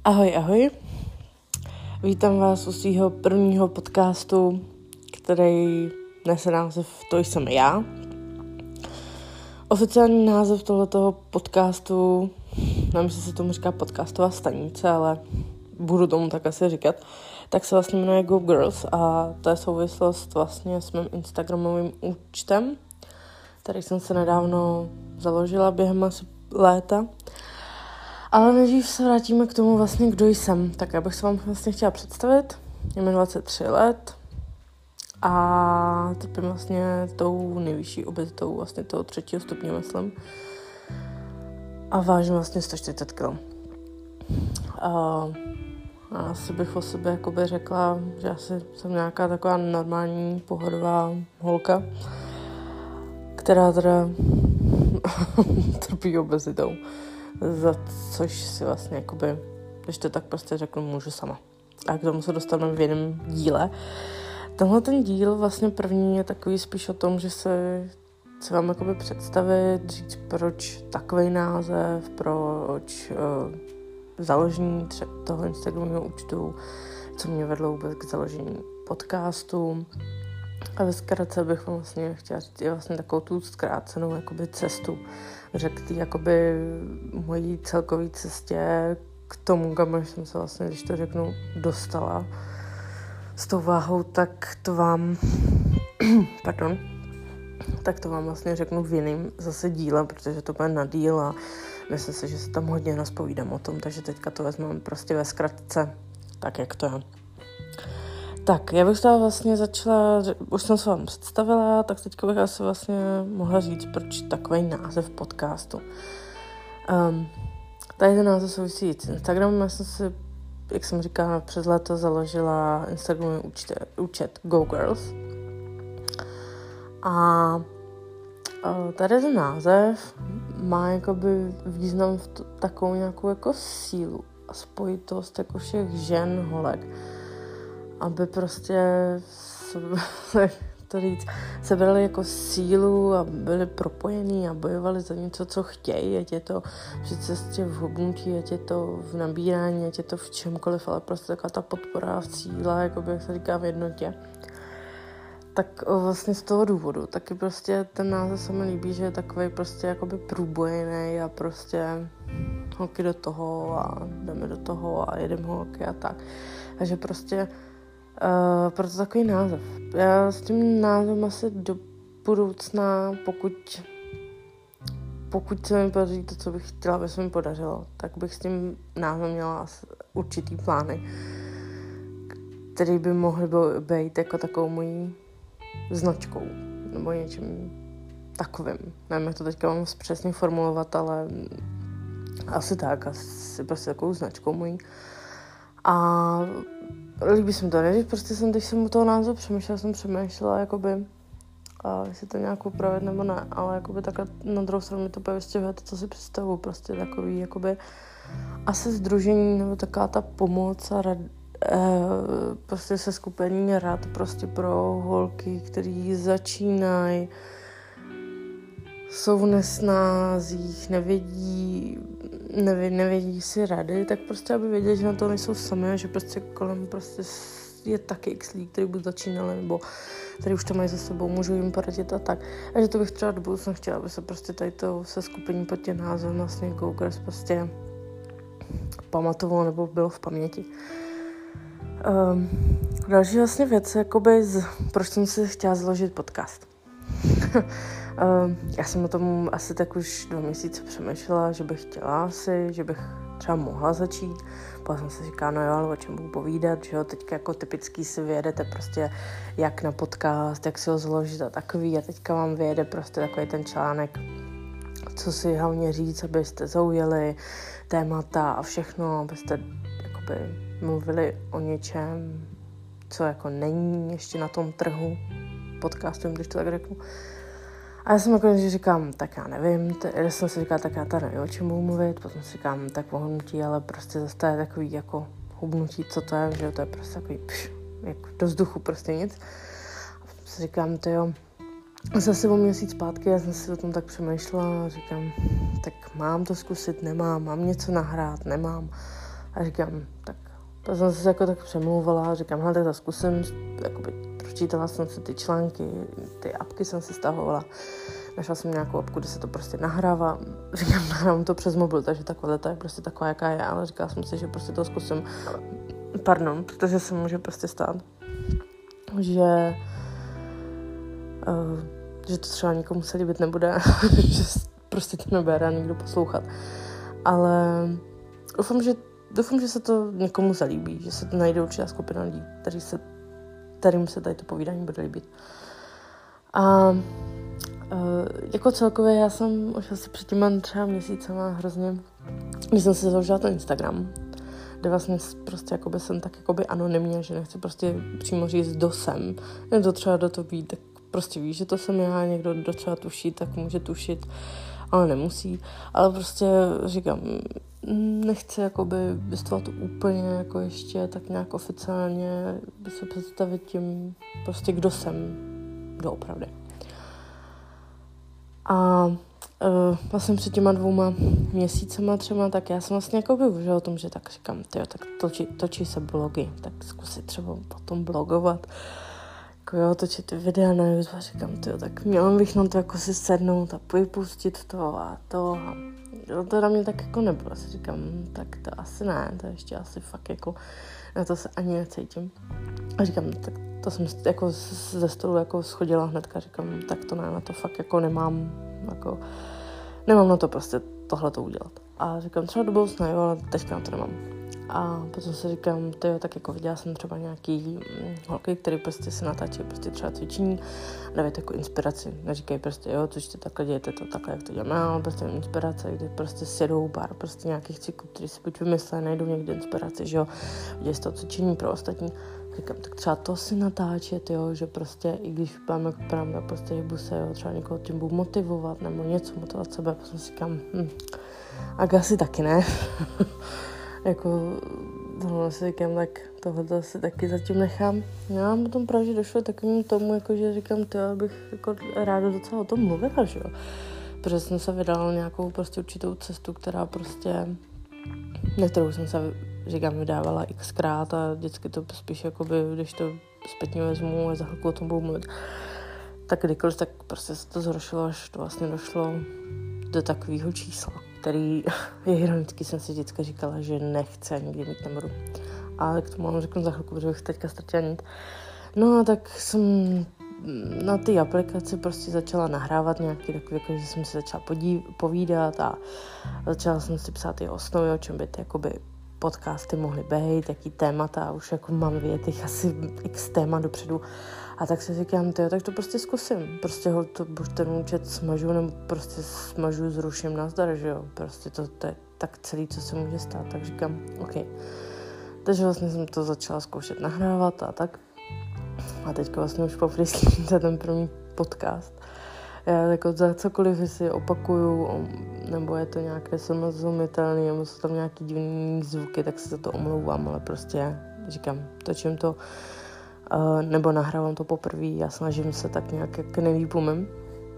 Ahoj, ahoj. Vítám vás u svého prvního podcastu, který nese název To jsem já. Oficiální název tohoto podcastu, nevím, jestli se tomu říká podcastová stanice, ale budu tomu tak asi říkat, tak se vlastně jmenuje Go Girls a to je souvislost vlastně s mým instagramovým účtem, který jsem se nedávno založila během asi léta. Ale nejdřív se vrátíme k tomu vlastně, kdo jsem. Tak já bych se vám vlastně chtěla představit. Je mi 23 let a trpím vlastně tou nejvyšší obezitou, vlastně toho 3. stupně, myslím. A vážím vlastně 140 kg. A asi bych o sobě jakoby řekla, že asi jsem nějaká taková normální, pohodová holka, která teda trpí obezitou. Za což si vlastně jakoby, když to tak prostě řeknu, můžu sama. A k tomu se dostaneme v jiném díle. Tenhle ten díl vlastně první je takový spíš o tom, že se vám jakoby představit, říct proč takovej název, proč založení toho Instagramového účtu, co mě vedlo vůbec k založení podcastu. A ve zkratce bych vám vlastně chtěla říct je vlastně takovou tu zkrácenou jakoby cestu. Řekl jakoby mojí celkový cestě k tomu, kam jsem se vlastně, když to řeknu, dostala s tou váhou, tak to vám tak to vám vlastně řeknu v jiném zase díle, protože to bude na díl a myslím si, že se tam hodně naspovídám o tom, takže teďka to vezmeme prostě ve zkratce, tak jak to je. Tak, já bych se vlastně začala, už jsem se vám představila, tak teďka bych asi vlastně mohla říct, proč takový název podcastu. Tady ten název souvisí s Instagramem, já jsem si, jak jsem říkala, přes léto založila Instagramový účet Go Girls. A tady ten název má jakoby význam v takovou nějakou jako sílu a spojitost jako všech žen, holek, aby prostě sebrali jako sílu a byli propojení a bojovali za něco, co chtějí, ať je to při cestě v hubnutí, ať je to v nabírání, ať je to v čemkoliv, ale prostě taková ta podpora v cíle, jako jak se říká v jednotě. Tak vlastně z toho důvodu taky prostě ten název se mi líbí, že je takovej prostě jakoby průbojnej a prostě holky do toho a jdeme do toho a jedeme holky a tak. Takže prostě proto takový název. Já s tím názvem asi do budoucna, pokud se mi podaří to, co bych chtěla, aby se mi podařilo, tak bych s tím názvem měla určitý plány, který by mohly být jako takovou mojí značkou nebo něčím takovým. Nevím, jak to teďka mám přesně formulovat, ale asi tak, asi prostě takovou značkou mojí. A líbí se mi to, než prostě když jsem u toho názvu přemýšlela, jakoby, jestli to nějak upravit nebo ne, ale jakoby takhle na druhou stranu mi to vystihuje to, co si představuji, prostě takový, jakoby, asi sdružení nebo taková ta pomoc a prostě se skupení rad prostě pro holky, který začínají, jsou v nesnázích, nevědí si rady, tak prostě aby věděli, že na to nejsou sami a že prostě kolem prostě je taky x lidí, kteří buď začínali, nebo který už to mají za sebou, můžu jim poradit a tak. A že to bych třeba do budoucna chtěla, aby se prostě tady to se skupení pod tím názvem vlastně Go Girls prostě pamatovalo nebo bylo v paměti. Další vlastně věc, jakoby proč jsem si chtěla založit podcast. Já jsem o tom asi tak už 2 měsíce přemýšlela, že bych chtěla asi, že bych třeba mohla začít. Pak jsem si říkala, no jo, ale o čem budu povídat, že jo, teďka jako typický si vyjedete prostě jak na podcast, jak si ho založit a takový a teďka vám vyjede prostě takový ten článek, co si hlavně říct, abyste zaujali témata a všechno, abyste jakoby mluvili o něčem, co jako není ještě na tom trhu podcastu, když to tak řeknu. A já jsem jako říkám, tak já nevím, já jsem si říkala, tak já tady nevím, o čem budu mluvit, potom si říkám, tak o hubnutí, ale prostě zase to je takový jako hubnutí, co to je, že to je prostě takový jako do vzduchu, prostě nic. A potom si říkám, to jo, zase o měsíc zpátky, já jsem si o tom tak přemýšlela a říkám, tak mám to zkusit, nemám, mám něco nahrát, nemám. A říkám, tak to jsem se jako tak přemlouvala, říkám, hele, tak to zkusím, jakoby pročítala jsem si ty články, ty apky jsem si stahovala, našla jsem nějakou apku, kde se to prostě nahrává, říkám, nahrávám to přes mobil, takže ta kvalita je prostě taková, jaká je, ale říkala jsem si, že prostě to zkusím, protože se může prostě stát, že to třeba nikomu se líbit nebude, že prostě to nebude nikdo poslouchat, ale doufám, že se to někomu zalíbí, že se to najde určitá skupina lidí, kterým se tady to povídání bude líbit. A jako celkově já jsem už asi před těma třeba měsícema hrozně, když jsem si založila ten Instagram, kde vlastně prostě jakoby jsem tak jakoby anonymně, že nechci prostě přímo říct, kdo jsem. Jen to třeba do toho ví, tak prostě ví, že to jsem já, někdo kdo třeba tuší, tak může tušit, ale nemusí. Ale prostě říkám, nechci jakoby vystupovat úplně jako ještě tak nějak oficiálně se představit tím prostě, kdo jsem doopravdy. A vlastně před těma 2 měsícema třeba, tak já jsem vlastně jako využila o tom, že tak říkám, tyjo, tak točí se blogy, tak zkusit třeba potom blogovat, jako jo, točit videa na YouTube, říkám, tyjo, tak měla bych na to jako si sednout a vypustit to a to a to na mě tak jako nebylo, asi říkám, tak to asi ne, to ještě asi fakt jako na to se ani necítím. A říkám, tak to jsem jako ze stolu jako schodila hnedka, říkám, tak to ne, na to fakt jako nemám na to prostě tohleto udělat. A říkám, třeba do budoucna, jo, ale teďka na to nemám. A potom si říkám, tyjo, tak jako viděla jsem třeba nějaký holky, který prostě se natáčí prostě třeba cvičení, dávají jako inspiraci. Neříkají prostě, jo, což takhle dějete to takhle, jak to děláme, ale prostě inspirace, kdy prostě sjedou pár prostě nějakých cviklů, který si buď vymysleli, najdou někde inspiraci, že jo, vidějí z toho cvičení pro ostatní. Říkám, tak třeba to si natáčet, jo, že prostě, i když mám jako pravda, prostě hýbu se, jo, třeba někoho tím budu motivovat, nebo něco motivovat sebe, potom si říkám, a asi taky ne. Jako, tohle si říkám, tak tohle si taky zatím nechám. No a potom právě došlo takovým tomu, jako, že říkám, to bych jako ráda docela o tom mluvila, že jo. Protože jsem se vydala nějakou prostě určitou cestu, která prostě, na kterou jsem se, říkám, vydávala xkrát a vždycky to spíš jakoby, když to zpětně vezmu a za chvilku o tom budu mluvit, tak kdykoliv, tak prostě se to zhoršilo, až to vlastně došlo do takového čísla, který je ironicky, jsem si vždycky říkala, že nechce, nikdy mít nebudu. Ale k tomu vám řeknu za chvilku, protože bych teďka ztratila nit. No a tak jsem na té aplikaci prostě začala nahrávat nějaký takový, jako, že jsem si začala povídat a začala jsem si psát i osnovy, o čem by ty jakoby podcasty mohly být, jaký témata, už jako mám vědět asi x témat dopředu. A tak si říkám, tyjo, tak to prostě zkusím. Prostě ho to buď ten účet smažu, nebo prostě smažu, zruším nazdar, že jo. Prostě to je tak celý, co se může stát. Tak říkám, OK. Takže vlastně jsem to začala zkoušet nahrávat a tak. A teďka vlastně už poprvé slyšíte ten první podcast. Já jako za cokoliv si opakuju, nebo je to nějaké samozrozumitelné, nebo jsou tam nějaký divný zvuky, tak se za to omlouvám, ale prostě říkám, točím to, nebo nahrávám to poprvé, já snažím se tak nějak, jak nejlíp umím.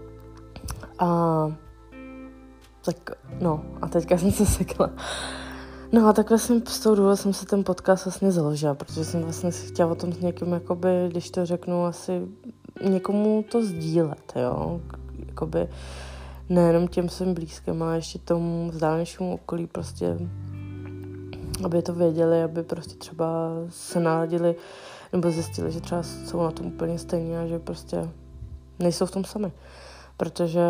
A tak, no, a teďka jsem se sekla. No a tak vlastně z toho důvodu jsem se ten podcast vlastně založila, protože jsem vlastně chtěla o tom s někým, jakoby, když to řeknu, asi někomu to sdílet, jo. Jakoby nejenom těm svým blízkým, ale ještě tomu vzdálenějšímu okolí prostě, aby to věděli, aby prostě třeba se naladili nebo zjistili, že třeba jsou na tom úplně stejně a že prostě nejsou v tom sami. Protože,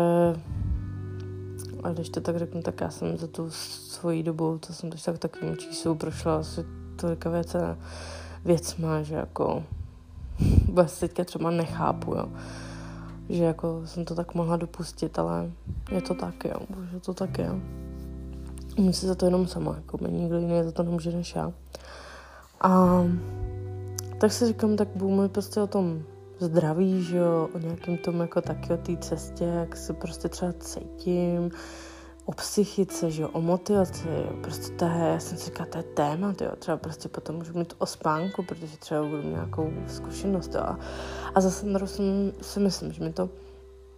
a když to tak řeknu, tak já jsem za tu svoji dobu, co jsem teď tak takovým číslu prošla asi tolika věcma, že jako vůbec teďka třeba nechápu, jo. Že jako jsem to tak mohla dopustit, ale je to tak, jo. Bože, to tak je. Můžu si za to jenom sama, jako nikdo jiný za to nemůže než já. A tak si říkám, tak budu mluvit prostě o tom zdraví, že jo, o nějakém tom jako taky o té cestě, jak se prostě třeba cítím, o psychice, že jo, o motivaci, jo, prostě to je, já jsem si říkala, to je téma, jo, třeba prostě potom můžu mít o spánku, protože třeba budu mít nějakou zkušenost, jo, a zase si myslím, že mi to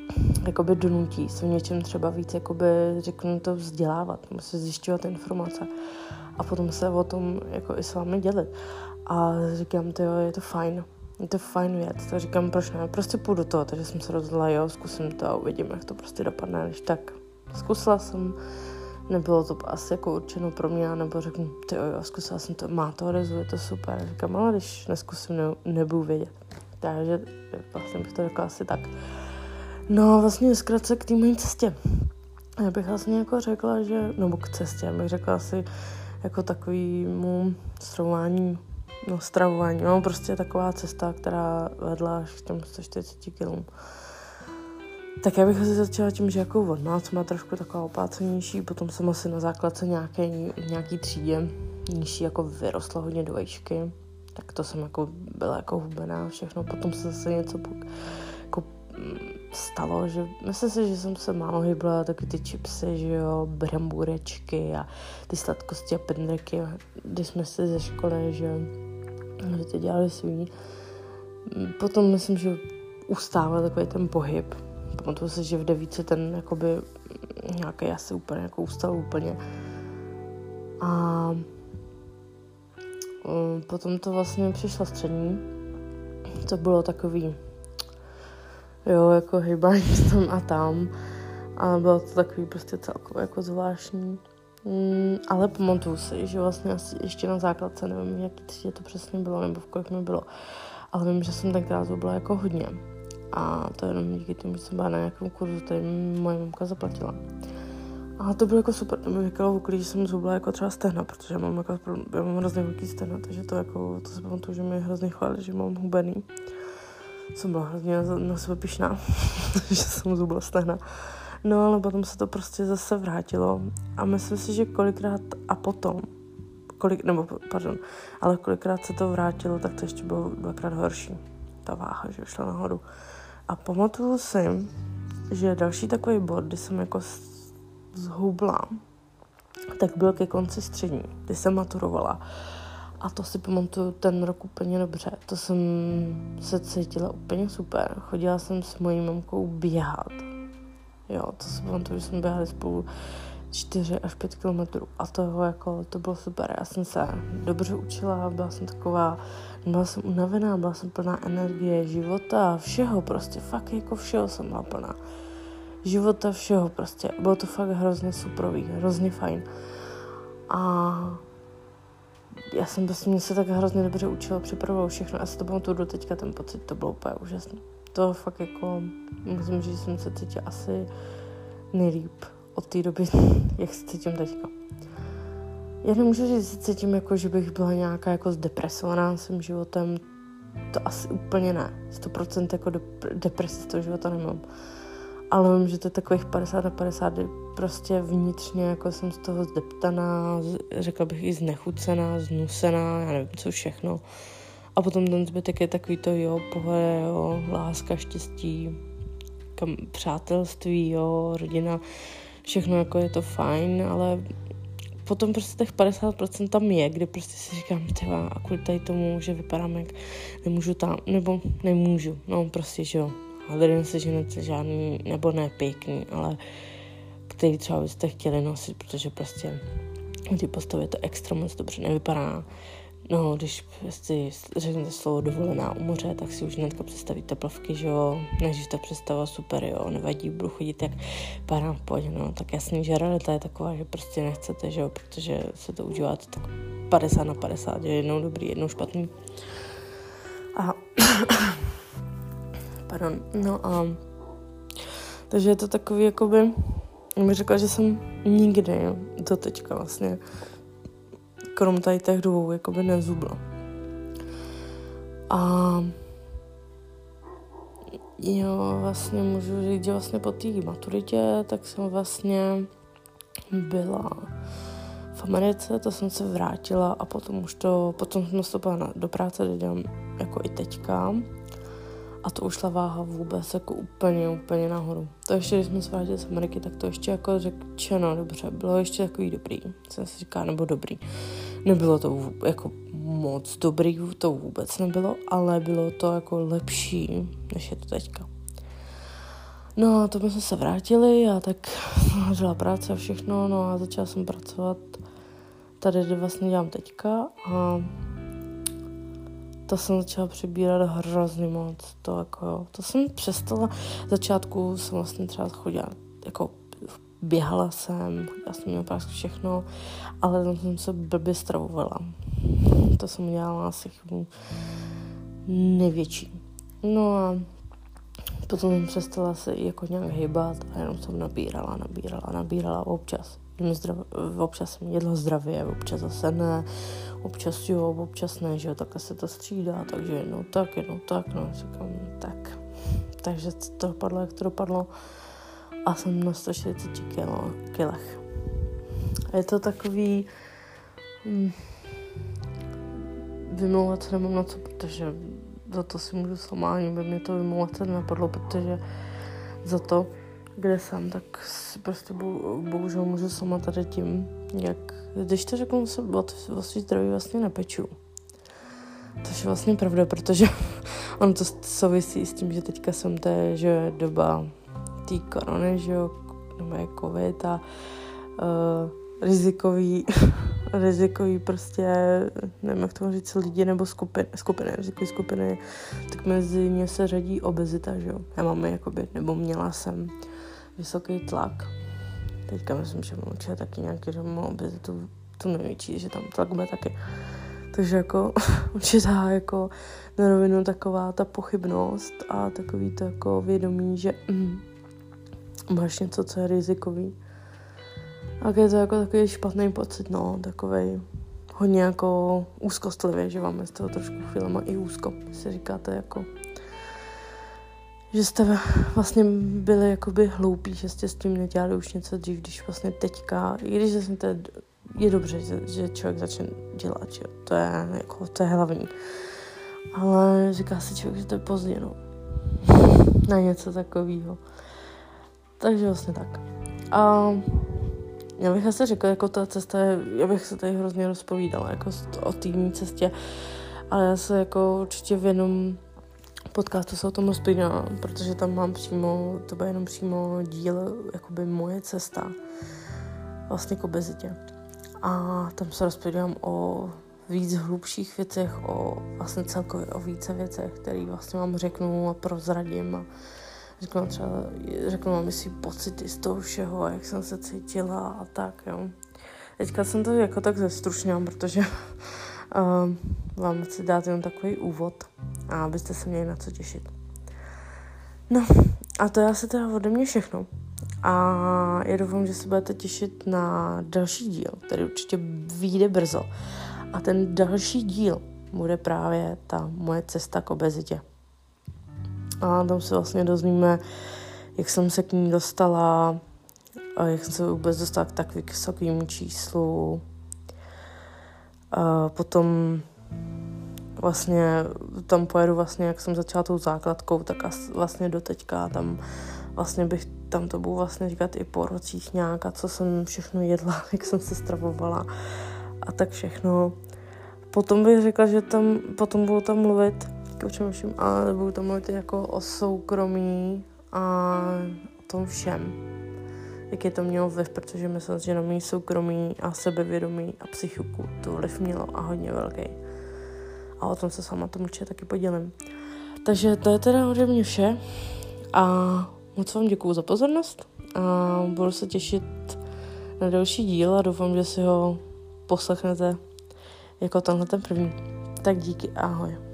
jakoby donutí se v něčem třeba víc, jakoby řeknu to vzdělávat, nebo se zjišťovat informace a potom se o tom jako i s vámi dělit. A říkám, jo, je to fajn věc, tak říkám, proč ne, prostě půjdu do toho, takže jsem se rozhodla, jo, zkusím to a uvidím, jak to prostě dopadne, když tak zkusila jsem, nebylo to asi jako určeno pro mě, nebo řeknu, jo, zkusila jsem to, má to odezvu, je to super, říkám, ale když neskusím, nebudu vědět. Takže vlastně bych to řekla asi tak. No vlastně zkrátce k té mojí cestě. Já bych vlastně jako řekla, že, nebo k cestě, já bych řekla asi jako takovýmu stravování, no prostě taková cesta, která vedla až k těm 140 kilům. Tak já bych asi začala tím, že jako od nás má trošku taková opácenější, potom jsem asi na základce nějaký třídě nižší jako vyrostla hodně do vejšky, tak to jsem jako byla jako hubená všechno, potom se zase něco jako stalo, že myslím si, že jsem se málo hybla, taky ty chipsy, že jo, bramburečky a ty sladkosti a pendreky, když jsme si ze školy, že to dělali svý. Potom myslím, že ustával takový ten pohyb. Pamatuju si, že v 9 ten jakoby nějaký asi úplně jako ustal úplně. A potom to vlastně přišla střední. To bylo takový, jo, jako hýbání tam a tam. Ale bylo to takový prostě celkově jako zvláštní. Ale pamatuju si, že vlastně asi ještě na základce, nevím, jaký třídě to přesně bylo, nebo v kolik mi bylo. Ale vím, že jsem tenkrát to byla jako hodně. A to jenom díky tomu, že jsem byla na nějakém kurzu, který moje mamka zaplatila. A to bylo jako super, to mi říkalo v okolí, že jsem zhubla jako třeba stehna, protože já mám hrozně velký stehna, takže to se pamatuju, že mi hrozně chválili, že mám hubený. Jsem byla hrozně na sebe pyšná, že jsem zhubla stehna. No ale potom se to prostě zase vrátilo a myslím si, že kolikrát se to vrátilo, tak to ještě bylo 2krát horší. Ta váha, že šla nahoru. A pamatuju si, že další takový bod, kdy jsem jako zhubla, tak byl ke konci střední, kdy jsem maturovala. A to si pamatuju ten rok úplně dobře. To jsem se cítila úplně super. Chodila jsem s mojí mamkou běhat. Jo, to si pamatuju, že jsme běhali spolu 4 až 5 kilometrů. A to bylo super. Já jsem se dobře učila, byla jsem unavená, byla jsem plná energie, života, všeho prostě. Fakt jako všeho jsem byla plná. Života, všeho prostě. Bylo to fakt hrozně superový, hrozně fajn. A já jsem prostě, mě se tak hrozně dobře učila, připravovala všechno. Já si to pamatuju do teďka, ten pocit, to bylo úplně úžasné. To fakt jako, myslím, že jsem se cítila asi nejlíp od té doby, jak se cítím teďka. Já nemůžu říct, že se cítím jako, že bych byla nějaká jako zdepresovaná svým životem. To asi úplně ne. 100% jako depresi z toho života nemám. Ale vím, že to je takových 50/50, prostě vnitřně jako jsem z toho zdeptaná, řekla bych i znechucená, znusená, já nevím co všechno. A potom ten zbytek je takový to pohoda, láska, štěstí, přátelství, rodina, všechno jako je to fajn, ale potom prostě těch 50% tam je, kde prostě si říkám, a kvůli tady tomu, že vypadám jak nemůžu tam, nebo nemůžu, no prostě, že jo. Hledám se ženece žádný, nebo ne pěkný, ale který třeba byste chtěli nosit, protože prostě ty postavy to extra moc dobře nevypadá. No, když si řeknete slovo dovolená u moře, tak si už hnedka představíte plavky, že jo, než ta představa super, jo, nevadí, budu chodit jak párám v pohodě, no, tak jasný, že realita je taková, že prostě nechcete, že jo, protože se to užíváte tak 50/50, že jednou dobrý, jednou špatný. A pardon, no a takže je to takový, jakoby, mi řekla, že jsem nikdy do teďka vlastně krom tady těch 2, jakoby nezubla. A jo, vlastně můžu říct, že vlastně po té maturitě, tak jsem vlastně byla v Americe, to jsem se vrátila a potom jsem nastoupila do práce, kde dělám jako i teďka. A to už šla váha vůbec jako úplně nahoru. To ještě, když jsme se vrátili z Ameriky, tak to ještě jako řečeno dobře. Bylo ještě takový dobrý. Jsem si říkala, nebo dobrý. Nebylo to jako moc dobrý, to vůbec nebylo, ale bylo to jako lepší, než je to teďka. No a to jsme se vrátili a tak začala práce a všechno, no a začala jsem pracovat tady, kde vlastně dělám teďka a to jsem začala přibírat hrozně moc, to jsem přestala, v začátku jsem vlastně třeba chodila, jako běhala jsem měla práci všechno, ale tam jsem se blbě stravovala. To jsem dělala asi chybu největší. No a potom jsem přestala se jako nějak hýbat a jenom jsem nabírala občas. Občas jsem jedla zdravě, občas zase ne, občas jo, občas ne, že jo, takhle se to střídá, takže jednou tak, říkám tak. Takže to dopadlo, jak to dopadlo a jsem na 140 kilech. Je to takový vymlouvat se nemám na co, protože za to si můžu sama, ani by mě to vymlouvat se nenapadlo, protože za to, kde jsem, tak si prostě bohužel můžu sama tady tím, jak, když to řeknu, se o svý zdraví vlastně nepeču. To je vlastně pravda, protože ono to souvisí s tím, že teďka jsem že je doba té korony, že jo, nebo je covid a rizikový prostě, nevím, jak to říct, lidi nebo rizikové skupiny, tak mezi ně se řadí obezita, že jo. Já mám nebo měla jsem vysoký tlak. Teďka myslím, že mám určitě taky nějaký, že mám obezitu, tu největší, že tam tlak bude taky. Takže jako určitá jako na rovinu taková ta pochybnost a takový to jako vědomí, že máš něco, co je rizikový. A je to jako takový špatný pocit, no, takovej hodně jako úzkostlivý, že máme z toho trošku chvílema i úzko. Si říkáte jako, že jste vlastně byli jakoby hloupí, že jste s tím nedělali už něco dřív, když vlastně teďka, i když je dobře, že člověk začne dělat, že to je hlavní. Ale říká si člověk, že to je pozdě, no. Na něco takového. Takže vlastně tak. A já bych asi řekla, jako ta cesta já bych se tady hrozně rozpovídala, jako o té mý cestě, ale já se jako určitě v jednom podcastu se o tom rozpovídala, protože tam mám to bude jenom přímo díl, jakoby moje cesta vlastně k obezitě. A tam se rozpovídám o víc hlubších věcech, o vlastně celkově o více věcech, které vlastně vám řeknu a prozradím a řeknu vám si pocity z toho všeho, jak jsem se cítila a tak, jo. Teďka jsem to jako tak zestručňala, protože vám chci dát jenom takový úvod a abyste se měli na co těšit. No a to je asi teda ode mě všechno. A já doufám, že se budete těšit na další díl, který určitě vyjde brzo. A ten další díl bude právě ta moje cesta k obezitě. A tam se vlastně dozvíme, jak jsem se k ní dostala, a jak jsem se vůbec dostala k takovým vysokým číslu. A potom vlastně tam pojedu vlastně, jak jsem začala tou základkou, tak vlastně do teďka tam vlastně tam to budu vlastně říkat i po rocích nějak a co jsem všechno jedla, jak jsem se stravovala a tak všechno. Potom bych řekla, že potom budu tam mluvit o čem všem, ale budu tam mluvit jako o soukromí a o tom všem. Jak je to mělo vliv, protože myslím, že na mý soukromí a sebevědomí a psychiku to vliv mělo a hodně velký. A o tom se s váma tomu určitě taky podělím. Takže to je teda ode mě vše a moc vám děkuju za pozornost a budu se těšit na další díl a doufám, že si ho poslechnete jako tenhle ten první. Tak díky, ahoj.